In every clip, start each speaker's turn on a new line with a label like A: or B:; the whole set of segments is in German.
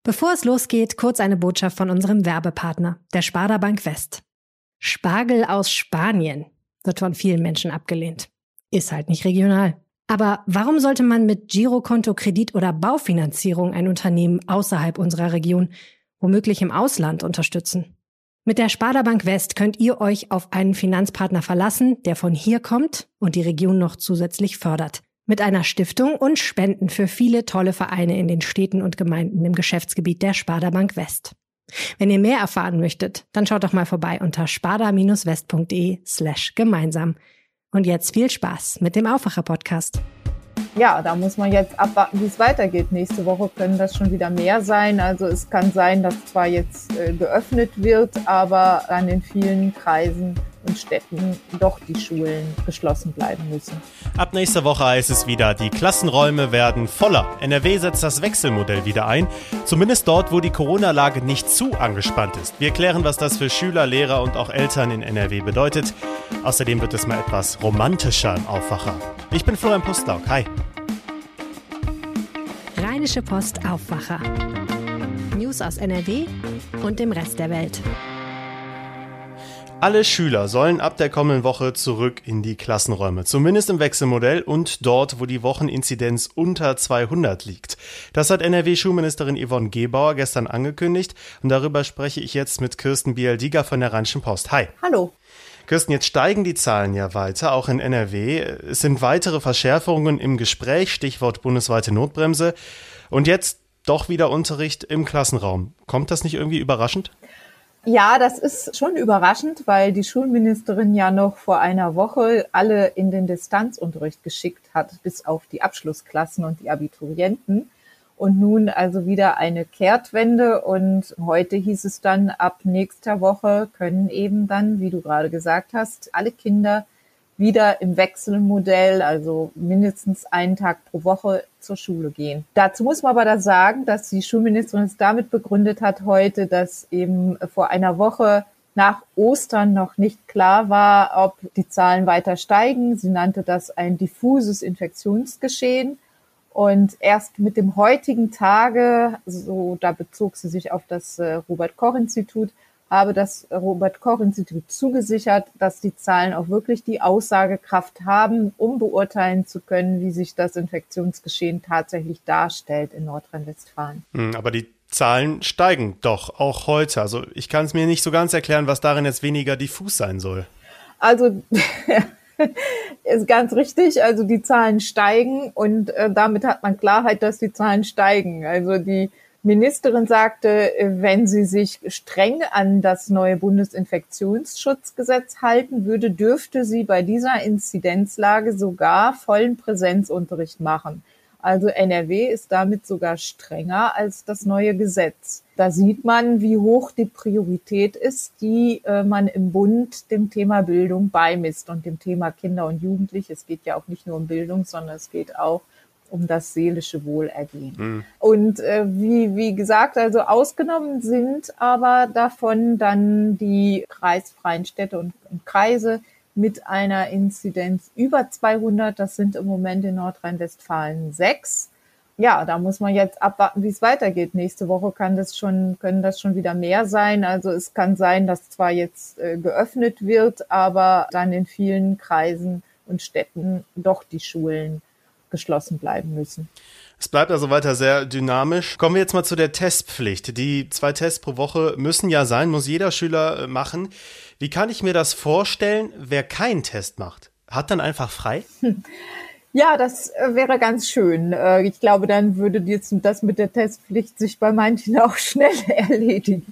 A: Bevor es losgeht, kurz eine Botschaft von unserem Werbepartner, der Sparda Bank West. Spargel aus Spanien wird von vielen Menschen abgelehnt. Ist halt nicht regional. Aber warum sollte man mit Girokonto, Kredit oder Baufinanzierung ein Unternehmen außerhalb unserer Region, womöglich im Ausland, unterstützen? Mit der Sparda Bank West könnt ihr euch auf einen Finanzpartner verlassen, der von hier kommt und die Region noch zusätzlich fördert. Mit einer Stiftung und Spenden für viele tolle Vereine in den Städten und Gemeinden im Geschäftsgebiet der Sparda Bank West. Wenn ihr mehr erfahren möchtet, dann schaut doch mal vorbei unter sparda-west.de/gemeinsam. Und jetzt viel Spaß mit dem Aufwacher-Podcast.
B: Ja, da muss man jetzt abwarten, wie es weitergeht. Nächste Woche können das schon wieder mehr sein. Also es kann sein, dass zwar jetzt geöffnet wird, aber dann in vielen Kreisen und Städten doch die Schulen geschlossen bleiben müssen.
C: Ab nächster Woche heißt es wieder, die Klassenräume werden voller. NRW setzt das Wechselmodell wieder ein, zumindest dort, wo die Corona-Lage nicht zu angespannt ist. Wir klären, was das für Schüler, Lehrer und auch Eltern in NRW bedeutet. Außerdem wird es mal etwas romantischer im Aufwacher. Ich bin Florian Pustlauk. Hi.
A: Rheinische Post Aufwacher. News aus NRW und dem Rest der Welt.
C: Alle Schüler sollen ab der kommenden Woche zurück in die Klassenräume, zumindest im Wechselmodell und dort, wo die Wocheninzidenz unter 200 liegt. Das hat NRW-Schulministerin Yvonne Gebauer gestern angekündigt und darüber spreche ich jetzt mit Kirsten Bialdiger von der Rheinischen Post. Hi.
B: Hallo.
C: Kirsten, jetzt steigen die Zahlen ja weiter, auch in NRW. Es sind weitere Verschärfungen im Gespräch, Stichwort bundesweite Notbremse. Und jetzt doch wieder Unterricht im Klassenraum. Kommt das nicht irgendwie überraschend?
B: Ja, das ist schon überraschend, weil die Schulministerin ja noch vor einer Woche alle in den Distanzunterricht geschickt hat, bis auf die Abschlussklassen und die Abiturienten. Und nun also wieder eine Kehrtwende. Und heute hieß es dann, ab nächster Woche können eben dann, wie du gerade gesagt hast, alle Kinder wieder im Wechselmodell, also mindestens einen Tag pro Woche zur Schule gehen. Dazu muss man aber da sagen, dass die Schulministerin es damit begründet hat heute, dass eben vor einer Woche nach Ostern noch nicht klar war, ob die Zahlen weiter steigen. Sie nannte das ein diffuses Infektionsgeschehen. Und erst mit dem heutigen Tage, so da bezog sie sich auf das Robert-Koch-Institut, habe das Robert-Koch-Institut zugesichert, dass die Zahlen auch wirklich die Aussagekraft haben, um beurteilen zu können, wie sich das Infektionsgeschehen tatsächlich darstellt in Nordrhein-Westfalen.
C: Aber die Zahlen steigen doch, auch heute. Also ich kann es mir nicht so ganz erklären, was darin jetzt weniger diffus sein soll.
B: Also ist ganz richtig, also die Zahlen steigen und damit hat man Klarheit, dass die Zahlen steigen. Also die Ministerin sagte, wenn sie sich streng an das neue Bundesinfektionsschutzgesetz halten würde, dürfte sie bei dieser Inzidenzlage sogar vollen Präsenzunterricht machen. Also NRW ist damit sogar strenger als das neue Gesetz. Da sieht man, wie hoch die Priorität ist, die man im Bund dem Thema Bildung beimisst und dem Thema Kinder und Jugendliche. Es geht ja auch nicht nur um Bildung, sondern es geht auch um das seelische Wohlergehen. Mhm. Und wie gesagt, also ausgenommen sind aber davon dann die kreisfreien Städte und Kreise mit einer Inzidenz über 200. Das sind im Moment in Nordrhein-Westfalen 6. Ja, da muss man jetzt abwarten, wie es weitergeht. Nächste Woche können das schon wieder mehr sein. Also es kann sein, dass zwar jetzt geöffnet wird, aber dann in vielen Kreisen und Städten doch die Schulen geschlossen bleiben müssen.
C: Es bleibt also weiter sehr dynamisch. Kommen wir jetzt mal zu der Testpflicht. Die 2 Tests pro Woche müssen ja sein, muss jeder Schüler machen. Wie kann ich mir das vorstellen, wer keinen Test macht? Hat dann einfach frei?
B: Ja, das wäre ganz schön. Ich glaube, dann würde das mit der Testpflicht sich bei manchen auch schnell erledigen.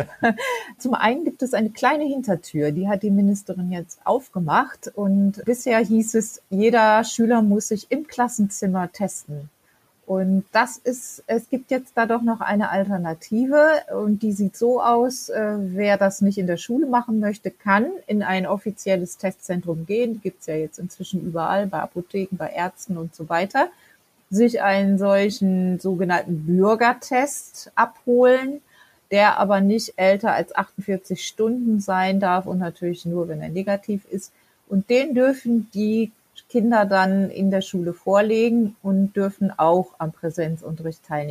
B: Zum einen gibt es eine kleine Hintertür, die hat die Ministerin jetzt aufgemacht. Und bisher hieß es, jeder Schüler muss sich im Klassenzimmer testen. Und es gibt jetzt da doch noch eine Alternative und die sieht so aus, wer das nicht in der Schule machen möchte, kann in ein offizielles Testzentrum gehen. Die gibt's ja jetzt inzwischen überall, bei Apotheken, bei Ärzten und so weiter. Sich einen solchen sogenannten Bürgertest abholen, der aber nicht älter als 48 Stunden sein darf und natürlich nur, wenn er negativ ist. Und den dürfen die Kinder dann in der Schule vorlegen und dürfen auch am Präsenzunterricht teilnehmen.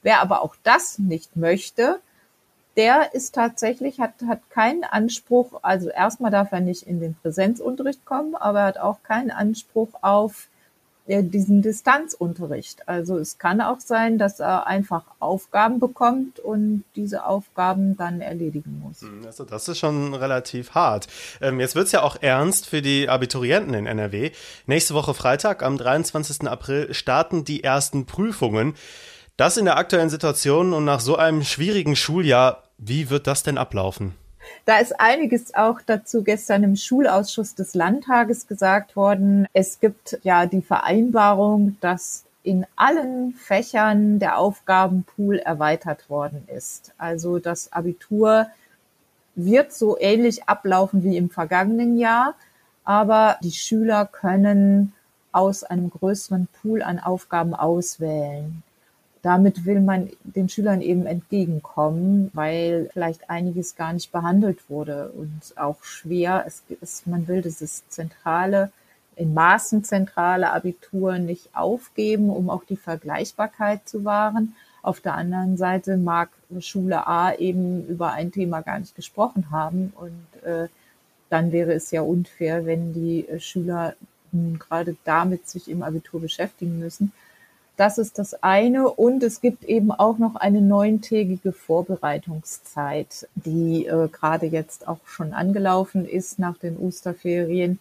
B: Wer aber auch das nicht möchte, der ist tatsächlich, hat keinen Anspruch, also erstmal darf er nicht in den Präsenzunterricht kommen, aber er hat auch keinen Anspruch auf diesen Distanzunterricht. Also es kann auch sein, dass er einfach Aufgaben bekommt und diese Aufgaben dann erledigen muss.
C: Also das ist schon relativ hart. Jetzt wird's ja auch ernst für die Abiturienten in NRW. Nächste Woche Freitag, am 23. April, starten die ersten Prüfungen. Das in der aktuellen Situation und nach so einem schwierigen Schuljahr, wie wird das denn ablaufen?
B: Da ist einiges auch dazu gestern im Schulausschuss des Landtages gesagt worden. Es gibt ja die Vereinbarung, dass in allen Fächern der Aufgabenpool erweitert worden ist. Also das Abitur wird so ähnlich ablaufen wie im vergangenen Jahr, aber die Schüler können aus einem größeren Pool an Aufgaben auswählen. Damit will man den Schülern eben entgegenkommen, weil vielleicht einiges gar nicht behandelt wurde und auch schwer. Man will dieses zentrale, in Maßen zentrale Abitur nicht aufgeben, um auch die Vergleichbarkeit zu wahren. Auf der anderen Seite mag Schule A eben über ein Thema gar nicht gesprochen haben und dann wäre es ja unfair, wenn die Schüler gerade damit sich im Abitur beschäftigen müssen. Das ist das eine. Und es gibt eben auch noch eine 9-tägige Vorbereitungszeit, die gerade jetzt auch schon angelaufen ist nach den Osterferien.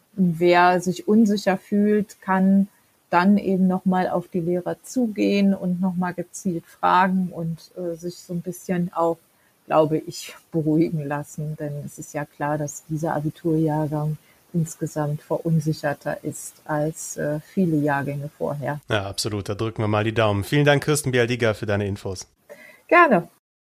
B: Wer sich unsicher fühlt, kann dann eben nochmal auf die Lehrer zugehen und nochmal gezielt fragen und sich so ein bisschen auch, glaube ich, beruhigen lassen. Denn es ist ja klar, dass dieser Abiturjahrgang insgesamt verunsicherter ist als viele Jahrgänge vorher.
C: Ja, absolut. Da drücken wir mal die Daumen. Vielen Dank, Kirsten Bialdiger, für deine Infos.
B: Gerne.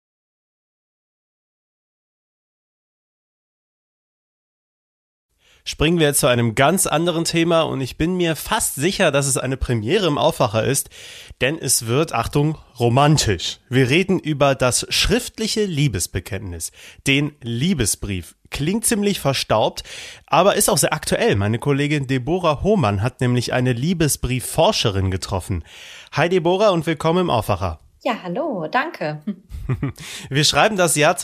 C: Springen wir jetzt zu einem ganz anderen Thema und ich bin mir fast sicher, dass es eine Premiere im Aufwacher ist, denn es wird, Achtung, romantisch. Wir reden über das schriftliche Liebesbekenntnis, den Liebesbrief. Klingt ziemlich verstaubt, aber ist auch sehr aktuell. Meine Kollegin Deborah Hohmann hat nämlich eine Liebesbriefforscherin getroffen. Hi Deborah und willkommen im Aufwacher.
D: Ja, hallo, danke.
C: Wir schreiben das Jahr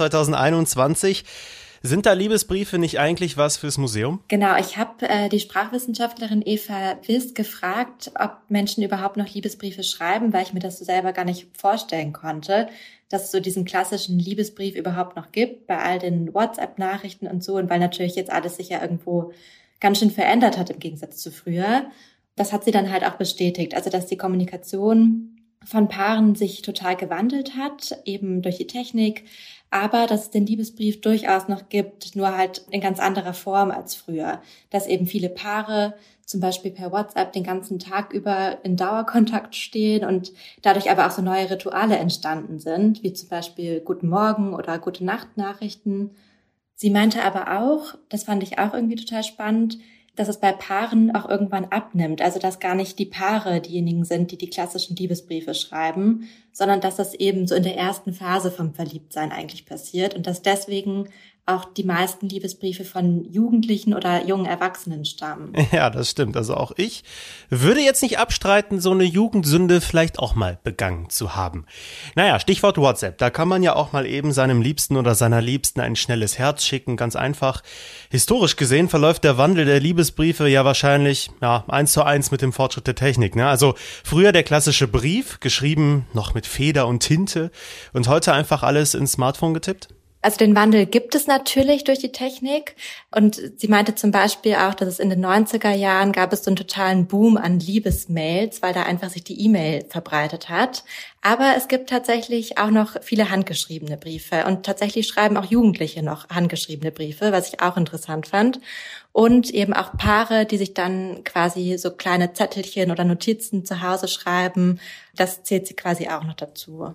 C: 2021. Sind da Liebesbriefe nicht eigentlich was fürs Museum?
D: Genau, ich habe die Sprachwissenschaftlerin Eva Wiss gefragt, ob Menschen überhaupt noch Liebesbriefe schreiben, weil ich mir das so selber gar nicht vorstellen konnte, dass es so diesen klassischen Liebesbrief überhaupt noch gibt, bei all den WhatsApp-Nachrichten und so, und weil natürlich jetzt alles sich ja irgendwo ganz schön verändert hat im Gegensatz zu früher. Das hat sie dann halt auch bestätigt, also dass die Kommunikation von Paaren sich total gewandelt hat, eben durch die Technik, aber dass es den Liebesbrief durchaus noch gibt, nur halt in ganz anderer Form als früher. Dass eben viele Paare zum Beispiel per WhatsApp den ganzen Tag über in Dauerkontakt stehen und dadurch aber auch so neue Rituale entstanden sind, wie zum Beispiel Guten Morgen oder Gute Nacht Nachrichten. Sie meinte aber auch, das fand ich auch irgendwie total spannend, dass es bei Paaren auch irgendwann abnimmt. Also dass gar nicht die Paare diejenigen sind, die die klassischen Liebesbriefe schreiben, sondern dass das eben so in der ersten Phase vom Verliebtsein eigentlich passiert und dass deswegen auch die meisten Liebesbriefe von Jugendlichen oder jungen Erwachsenen stammen.
C: Ja, das stimmt. Also auch ich würde jetzt nicht abstreiten, so eine Jugendsünde vielleicht auch mal begangen zu haben. Naja, Stichwort WhatsApp. Da kann man ja auch mal eben seinem Liebsten oder seiner Liebsten ein schnelles Herz schicken, ganz einfach. Historisch gesehen verläuft der Wandel der Liebesbriefe ja wahrscheinlich 1:1 mit dem Fortschritt der Technik. Ne? Also früher der klassische Brief, geschrieben noch mit Feder und Tinte und heute einfach alles ins Smartphone getippt?
D: Also den Wandel gibt es natürlich durch die Technik und sie meinte zum Beispiel auch, dass es in den 90er Jahren gab es so einen totalen Boom an Liebesmails, weil da einfach sich die E-Mail verbreitet hat. Aber es gibt tatsächlich auch noch viele handgeschriebene Briefe und tatsächlich schreiben auch Jugendliche noch handgeschriebene Briefe, was ich auch interessant fand. Und eben auch Paare, die sich dann quasi so kleine Zettelchen oder Notizen zu Hause schreiben. Das zählt sie quasi auch noch dazu.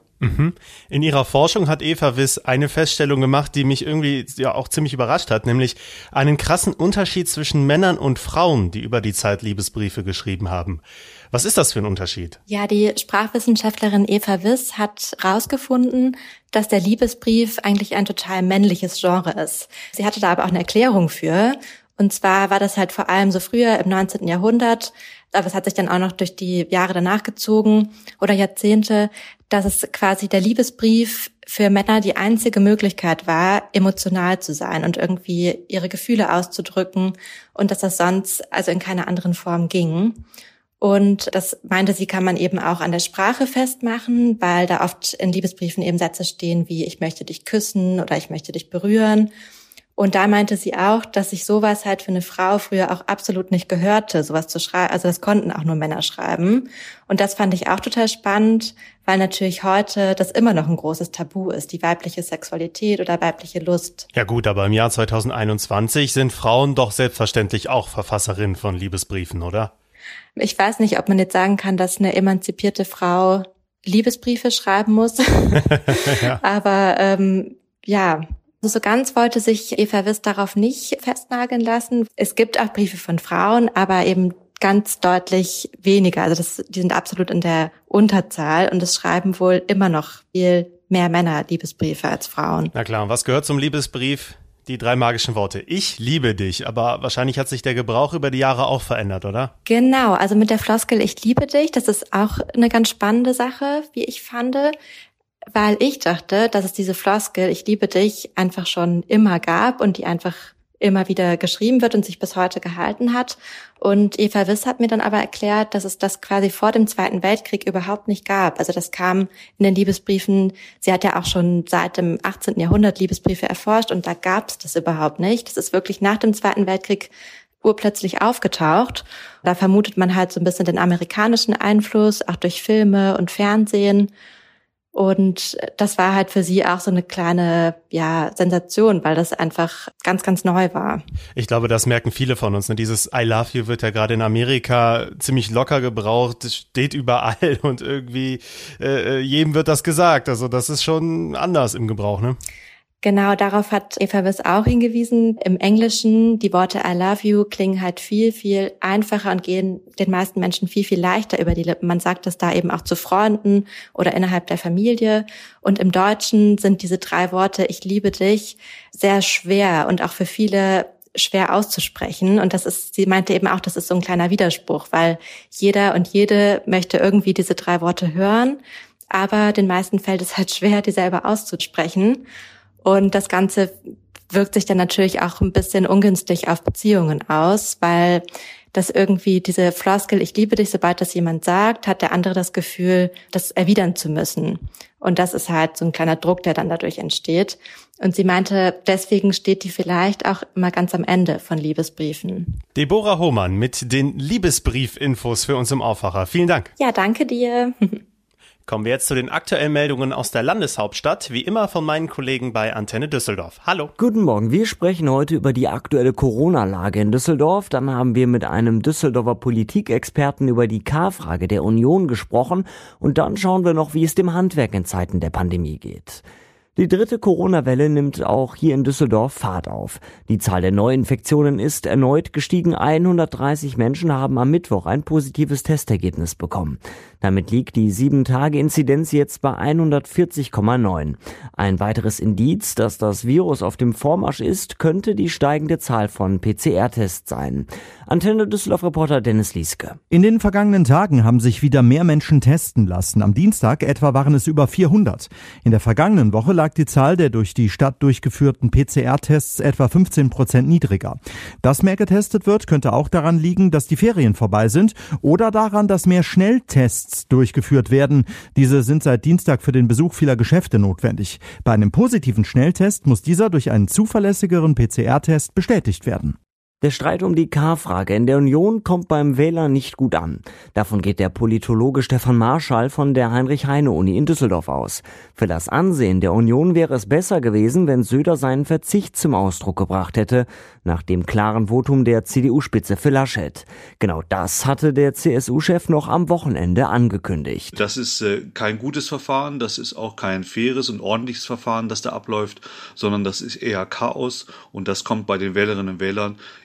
C: In ihrer Forschung hat Eva Wiss eine Feststellung gemacht, die mich irgendwie ja auch ziemlich überrascht hat, nämlich einen krassen Unterschied zwischen Männern und Frauen, die über die Zeit Liebesbriefe geschrieben haben. Was ist das für ein Unterschied?
D: Ja, die Sprachwissenschaftlerin Eva Wiss hat herausgefunden, dass der Liebesbrief eigentlich ein total männliches Genre ist. Sie hatte da aber auch eine Erklärung für. Und zwar war das halt vor allem so früher im 19. Jahrhundert, aber es hat sich dann auch noch durch die Jahre danach gezogen oder Jahrzehnte, dass es quasi der Liebesbrief für Männer die einzige Möglichkeit war, emotional zu sein und irgendwie ihre Gefühle auszudrücken und dass das sonst also in keiner anderen Form ging. Und das meinte sie, kann man eben auch an der Sprache festmachen, weil da oft in Liebesbriefen eben Sätze stehen wie ich möchte dich küssen oder ich möchte dich berühren. Und da meinte sie auch, dass sich sowas halt für eine Frau früher auch absolut nicht gehörte, sowas zu schreiben. Also das konnten auch nur Männer schreiben. Und das fand ich auch total spannend, weil natürlich heute das immer noch ein großes Tabu ist, die weibliche Sexualität oder weibliche Lust.
C: Ja gut, aber im Jahr 2021 sind Frauen doch selbstverständlich auch Verfasserinnen von Liebesbriefen, oder?
D: Ich weiß nicht, ob man jetzt sagen kann, dass eine emanzipierte Frau Liebesbriefe schreiben muss.
C: Ja.
D: Aber ja, so ganz wollte sich Eva Wiss darauf nicht festnageln lassen. Es gibt auch Briefe von Frauen, aber eben ganz deutlich weniger. Also die sind absolut in der Unterzahl und es schreiben wohl immer noch viel mehr Männer Liebesbriefe als Frauen.
C: Na klar, und was gehört zum Liebesbrief? Die 3 magischen Worte. Ich liebe dich. Aber wahrscheinlich hat sich der Gebrauch über die Jahre auch verändert, oder?
D: Genau, also mit der Floskel ich liebe dich, das ist auch eine ganz spannende Sache, wie ich fand. Weil ich dachte, dass es diese Floskel, ich liebe dich, einfach schon immer gab und die einfach immer wieder geschrieben wird und sich bis heute gehalten hat. Und Eva Wiss hat mir dann aber erklärt, dass es das quasi vor dem Zweiten Weltkrieg überhaupt nicht gab. Also das kam in den Liebesbriefen, sie hat ja auch schon seit dem 18. Jahrhundert Liebesbriefe erforscht und da gab es das überhaupt nicht. Das ist wirklich nach dem Zweiten Weltkrieg urplötzlich aufgetaucht. Da vermutet man halt so ein bisschen den amerikanischen Einfluss, auch durch Filme und Fernsehen. Und das war halt für sie auch so eine kleine, Sensation, weil das einfach ganz, ganz neu war.
C: Ich glaube, das merken viele von uns. Dieses I love you wird ja gerade in Amerika ziemlich locker gebraucht. Es steht überall und irgendwie jedem wird das gesagt. Also das ist schon anders im Gebrauch, ne?
D: Genau, darauf hat Eva Wiss auch hingewiesen. Im Englischen, die Worte I love you klingen halt viel, viel einfacher und gehen den meisten Menschen viel, viel leichter über die Lippen. Man sagt das da eben auch zu Freunden oder innerhalb der Familie. Und im Deutschen sind diese 3 Worte, ich liebe dich, sehr schwer und auch für viele schwer auszusprechen. Und sie meinte eben auch, das ist so ein kleiner Widerspruch, weil jeder und jede möchte irgendwie diese 3 Worte hören. Aber den meisten fällt es halt schwer, die selber auszusprechen. Und das Ganze wirkt sich dann natürlich auch ein bisschen ungünstig auf Beziehungen aus, weil das irgendwie diese Floskel, ich liebe dich, sobald das jemand sagt, hat der andere das Gefühl, das erwidern zu müssen. Und das ist halt so ein kleiner Druck, der dann dadurch entsteht. Und sie meinte, deswegen steht die vielleicht auch immer ganz am Ende von Liebesbriefen.
C: Deborah Hohmann mit den Liebesbrief-Infos für uns im Aufwacher. Vielen Dank.
D: Ja, danke dir.
C: Kommen wir jetzt zu den aktuellen Meldungen aus der Landeshauptstadt, wie immer von meinen Kollegen bei Antenne Düsseldorf. Hallo.
E: Guten Morgen, wir sprechen heute über die aktuelle Corona-Lage in Düsseldorf. Dann haben wir mit einem Düsseldorfer Politikexperten über die K-Frage der Union gesprochen. Und dann schauen wir noch, wie es dem Handwerk in Zeiten der Pandemie geht. Die 3. Corona-Welle nimmt auch hier in Düsseldorf Fahrt auf. Die Zahl der Neuinfektionen ist erneut gestiegen. 130 Menschen haben am Mittwoch ein positives Testergebnis bekommen. Damit liegt die 7-Tage-Inzidenz jetzt bei 140,9. Ein weiteres Indiz, dass das Virus auf dem Vormarsch ist, könnte die steigende Zahl von PCR-Tests sein. Antenne Düsseldorf-Reporter Dennis Lieske.
F: In den vergangenen Tagen haben sich wieder mehr Menschen testen lassen. Am Dienstag etwa waren es über 400. In der vergangenen Woche lag die Zahl der durch die Stadt durchgeführten PCR-Tests etwa 15% niedriger. Dass mehr getestet wird, könnte auch daran liegen, dass die Ferien vorbei sind oder daran, dass mehr Schnelltests durchgeführt werden. Diese sind seit Dienstag für den Besuch vieler Geschäfte notwendig. Bei einem positiven Schnelltest muss dieser durch einen zuverlässigeren PCR-Test bestätigt werden.
E: Der Streit um die K-Frage in der Union kommt beim Wähler nicht gut an. Davon geht der Politologe Stefan Marschall von der Heinrich-Heine-Uni in Düsseldorf aus. Für das Ansehen der Union wäre es besser gewesen, wenn Söder seinen Verzicht zum Ausdruck gebracht hätte, nach dem klaren Votum der CDU-Spitze für Laschet. Genau das hatte der CSU-Chef noch am Wochenende angekündigt.
G: Das ist kein gutes Verfahren, das ist auch kein faires und ordentliches Verfahren, das da abläuft, sondern das ist eher Chaos und das kommt bei den Wählerinnen und Wählern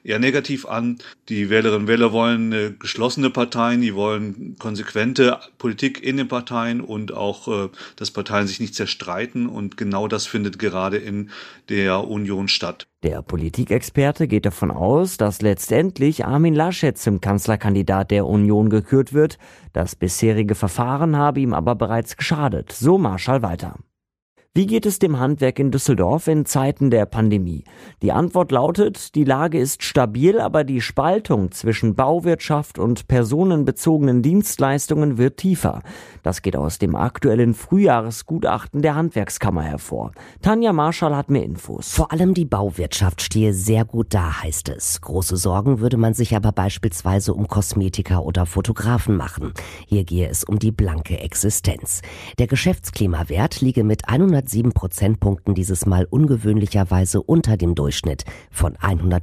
G: eher negativ an. Die Wählerinnen und Wähler wollen geschlossene Parteien, die wollen konsequente Politik in den Parteien und auch, dass Parteien sich nicht zerstreiten. Und genau das findet gerade in der Union statt.
E: Der Politikexperte geht davon aus, dass letztendlich Armin Laschet zum Kanzlerkandidat der Union gekürt wird. Das bisherige Verfahren habe ihm aber bereits geschadet. So Marschall weiter. Wie geht es dem Handwerk in Düsseldorf in Zeiten der Pandemie? Die Antwort lautet, die Lage ist stabil, aber die Spaltung zwischen Bauwirtschaft und personenbezogenen Dienstleistungen wird tiefer. Das geht aus dem aktuellen Frühjahresgutachten der Handwerkskammer hervor. Tanja Marschall hat mehr Infos.
H: Vor allem die Bauwirtschaft stehe sehr gut da, heißt es. Große Sorgen würde man sich aber beispielsweise um Kosmetiker oder Fotografen machen. Hier gehe es um die blanke Existenz. Der Geschäftsklimawert liege mit 107 Prozentpunkten dieses Mal ungewöhnlicherweise unter dem Durchschnitt von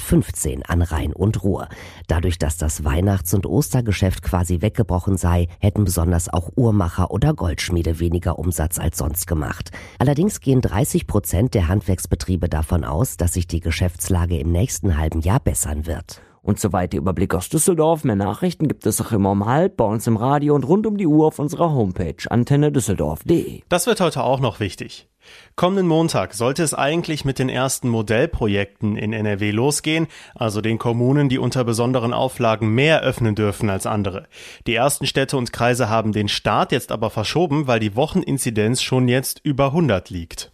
H: 115 an Rhein und Ruhr. Dadurch, dass das Weihnachts- und Ostergeschäft quasi weggebrochen sei, hätten besonders auch Uhrmacher oder Goldschmiede weniger Umsatz als sonst gemacht. Allerdings gehen 30% der Handwerksbetriebe davon aus, dass sich die Geschäftslage im nächsten halben Jahr bessern wird.
E: Und soweit der Überblick aus Düsseldorf. Mehr Nachrichten gibt es auch immer um 12:30 bei uns im Radio und rund um die Uhr auf unserer Homepage antennedüsseldorf.de.
C: Das wird heute auch noch wichtig. Kommenden Montag sollte es eigentlich mit den ersten Modellprojekten in NRW losgehen, also den Kommunen, die unter besonderen Auflagen mehr öffnen dürfen als andere. Die ersten Städte und Kreise haben den Start jetzt aber verschoben, weil die Wocheninzidenz schon jetzt über 100 liegt.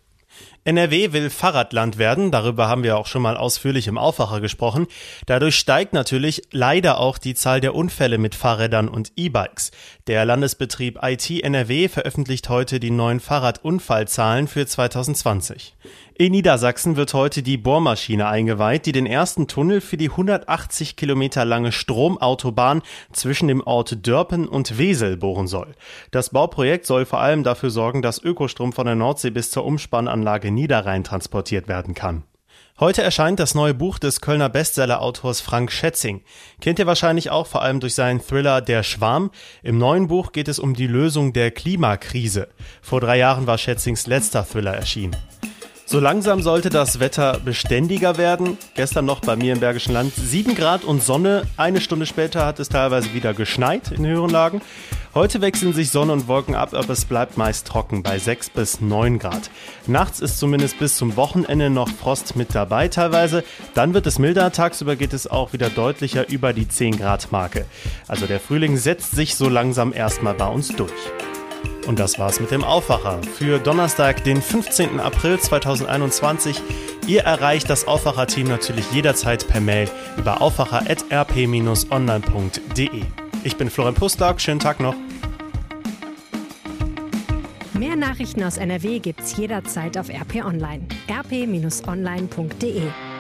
C: NRW will Fahrradland werden, darüber haben wir auch schon mal ausführlich im Aufwacher gesprochen. Dadurch steigt natürlich leider auch die Zahl der Unfälle mit Fahrrädern und E-Bikes. Der Landesbetrieb IT NRW veröffentlicht heute die neuen Fahrradunfallzahlen für 2020. In Niedersachsen wird heute die Bohrmaschine eingeweiht, die den ersten Tunnel für die 180 Kilometer lange Stromautobahn zwischen dem Ort Dörpen und Wesel bohren soll. Das Bauprojekt soll vor allem dafür sorgen, dass Ökostrom von der Nordsee bis zur Umspannanlage Niederrhein transportiert werden kann. Heute erscheint das neue Buch des Kölner Bestseller-Autors Frank Schätzing. Kennt ihr wahrscheinlich auch, vor allem durch seinen Thriller Der Schwarm. Im neuen Buch geht es um die Lösung der Klimakrise. Vor 3 Jahren war Schätzings letzter Thriller erschienen. So langsam sollte das Wetter beständiger werden. Gestern noch bei mir im Bergischen Land 7 Grad und Sonne. 1 Stunde später hat es teilweise wieder geschneit in höheren Lagen. Heute wechseln sich Sonne und Wolken ab, aber es bleibt meist trocken bei 6 bis 9 Grad. Nachts ist zumindest bis zum Wochenende noch Frost mit dabei teilweise. Dann wird es milder, tagsüber geht es auch wieder deutlicher über die 10 Grad Marke. Also der Frühling setzt sich so langsam erstmal bei uns durch. Und das war's mit dem Aufwacher für Donnerstag, den 15. April 2021. Ihr erreicht das Aufwacher-Team natürlich jederzeit per Mail über aufwacher@rp-online.de. Ich bin Florian Pustlauk, schönen Tag noch.
A: Mehr Nachrichten aus NRW gibt's jederzeit auf RP Online. rp-online.de